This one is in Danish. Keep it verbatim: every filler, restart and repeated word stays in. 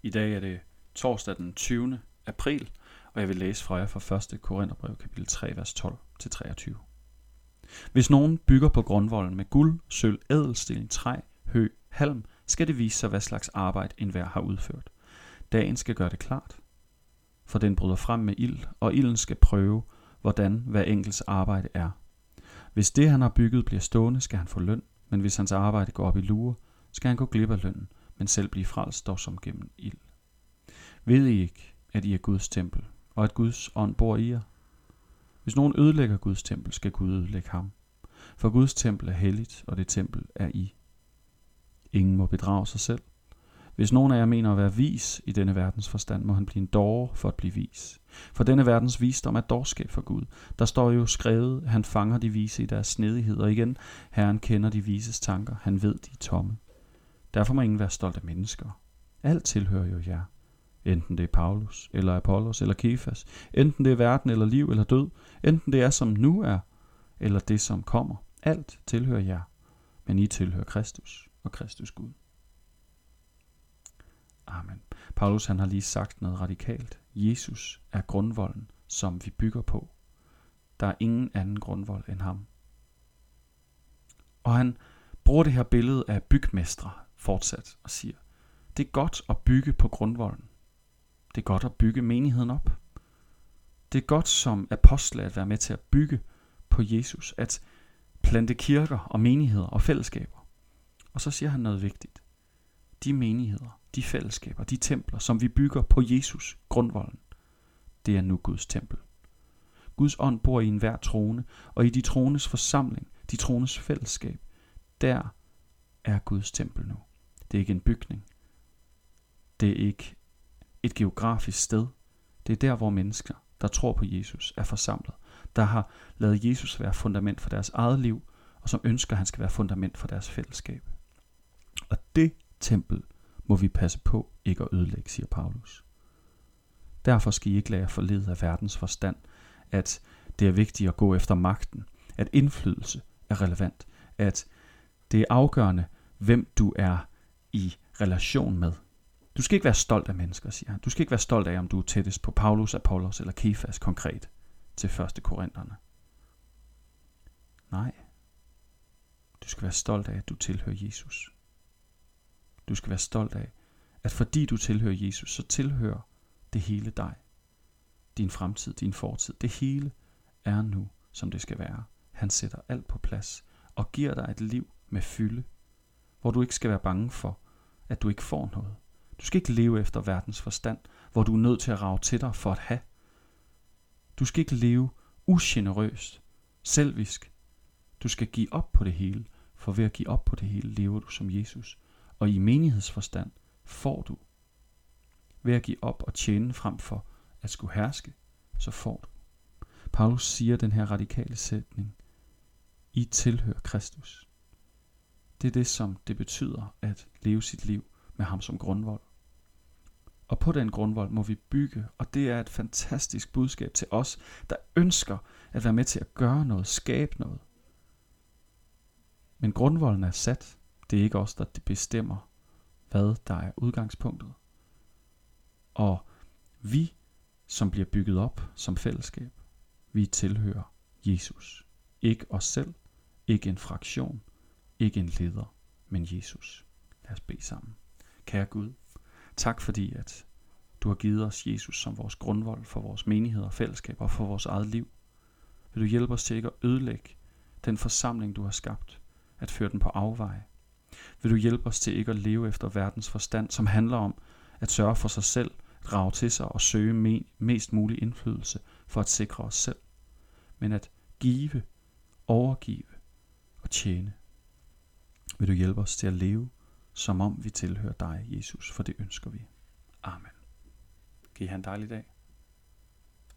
I dag er det torsdag den tyvende april, og jeg vil læse fra jer fra første Korintherbrev kapitel tre, vers tolv til treogtyve. Hvis nogen bygger på grundvolden med guld, sølv, ædelsten, træ, hø, halm, skal det vise sig, hvad slags arbejde enhver har udført. Dagen skal gøre det klart, for den bryder frem med ild, og ilden skal prøve, hvordan hver enkelts arbejde er. Hvis det, han har bygget, bliver stående, skal han få løn, men hvis hans arbejde går op i lurer, skal han gå glip af lønnen, men selv blive frelst dog som gennem ild. Ved I ikke, at I er Guds tempel, og at Guds ånd bor i jer? Hvis nogen ødelægger Guds tempel, skal Gud ødelægge ham. For Guds tempel er helligt, og det tempel er I. Ingen må bedrage sig selv. Hvis nogen af jer mener at være vis i denne verdens forstand, må han blive en dårer for at blive vis. For denne verdens visdom er dårskab for Gud. Der står jo skrevet, at han fanger de vise i deres snedighed, og igen, Herren kender de vises tanker, han ved de er tomme. Derfor må ingen være stolt af mennesker. Alt tilhører jo jer. Enten det er Paulus, eller Apollos, eller Kefas. Enten det er verden, eller liv, eller død. Enten det er, som nu er, eller det, som kommer. Alt tilhører jer. Men I tilhører Kristus, og Kristus Gud. Amen. Paulus han har lige sagt noget radikalt. Jesus er grundvolden, som vi bygger på. Der er ingen anden grundvold end ham. Og han bruger det her billede af bygmestre fortsat og siger, det er godt at bygge på grundvolden. Det er godt at bygge menigheden op. Det er godt som apostle at være med til at bygge på Jesus, at plante kirker og menigheder og fællesskaber. Og så siger han noget vigtigt. De menigheder, de fællesskaber, de templer, som vi bygger på Jesus, grundvolden, det er nu Guds tempel. Guds ånd bor i enhver trone, og i de trones forsamling, de trones fællesskab, der er Guds tempel nu. Det er ikke en bygning. Det er ikke et geografisk sted. Det er der, hvor mennesker, der tror på Jesus, er forsamlet. Der har ladet Jesus være fundament for deres eget liv, og som ønsker, at han skal være fundament for deres fællesskab. Og det tempel må vi passe på ikke at ødelægge, siger Paulus. Derfor skal I ikke lade jer forlede af verdens forstand, at det er vigtigt at gå efter magten, at indflydelse er relevant, at det er afgørende, hvem du er i relation med. Du skal ikke være stolt af mennesker, siger han. Du skal ikke være stolt af, om du er tættest på Paulus, Apollos eller Kefas konkret til første Korintherne. Nej. Du skal være stolt af, at du tilhører Jesus. Du skal være stolt af, at fordi du tilhører Jesus, så tilhører det hele dig. Din fremtid, din fortid, det hele er nu, som det skal være. Han sætter alt på plads og giver dig et liv med fylde, hvor du ikke skal være bange for, at du ikke får noget. Du skal ikke leve efter verdens forstand, hvor du er nødt til at rage til dig for at have. Du skal ikke leve ugenerøst, selvisk. Du skal give op på det hele, for ved at give op på det hele, lever du som Jesus. Og i menighedsforstand får du. Ved at give op og tjene frem for at skulle herske, så får du. Paulus siger den her radikale sætning. I tilhører Kristus. Det er det, som det betyder at leve sit liv med ham som grundvold. Og på den grundvold må vi bygge, og det er et fantastisk budskab til os, der ønsker at være med til at gøre noget, skabe noget. Men grundvolden er sat. Det er ikke os, der bestemmer, hvad der er udgangspunktet. Og vi, som bliver bygget op som fællesskab, vi tilhører Jesus. Ikke os selv, ikke en fraktion, ikke en leder, men Jesus. Lad os bede sammen. Kære Gud, tak fordi, at du har givet os Jesus som vores grundvold for vores menigheder og fællesskaber og for vores eget liv. Vil du hjælpe os til ikke at ødelægge den forsamling, du har skabt, at føre den på afveje. Vil du hjælpe os til ikke at leve efter verdens forstand, som handler om at sørge for sig selv, at rage til sig og søge me- mest mulig indflydelse for at sikre os selv, men at give, overgive og tjene. Vil du hjælpe os til at leve, som om vi tilhører dig, Jesus, for det ønsker vi. Amen. Kan I have en dejlig dag.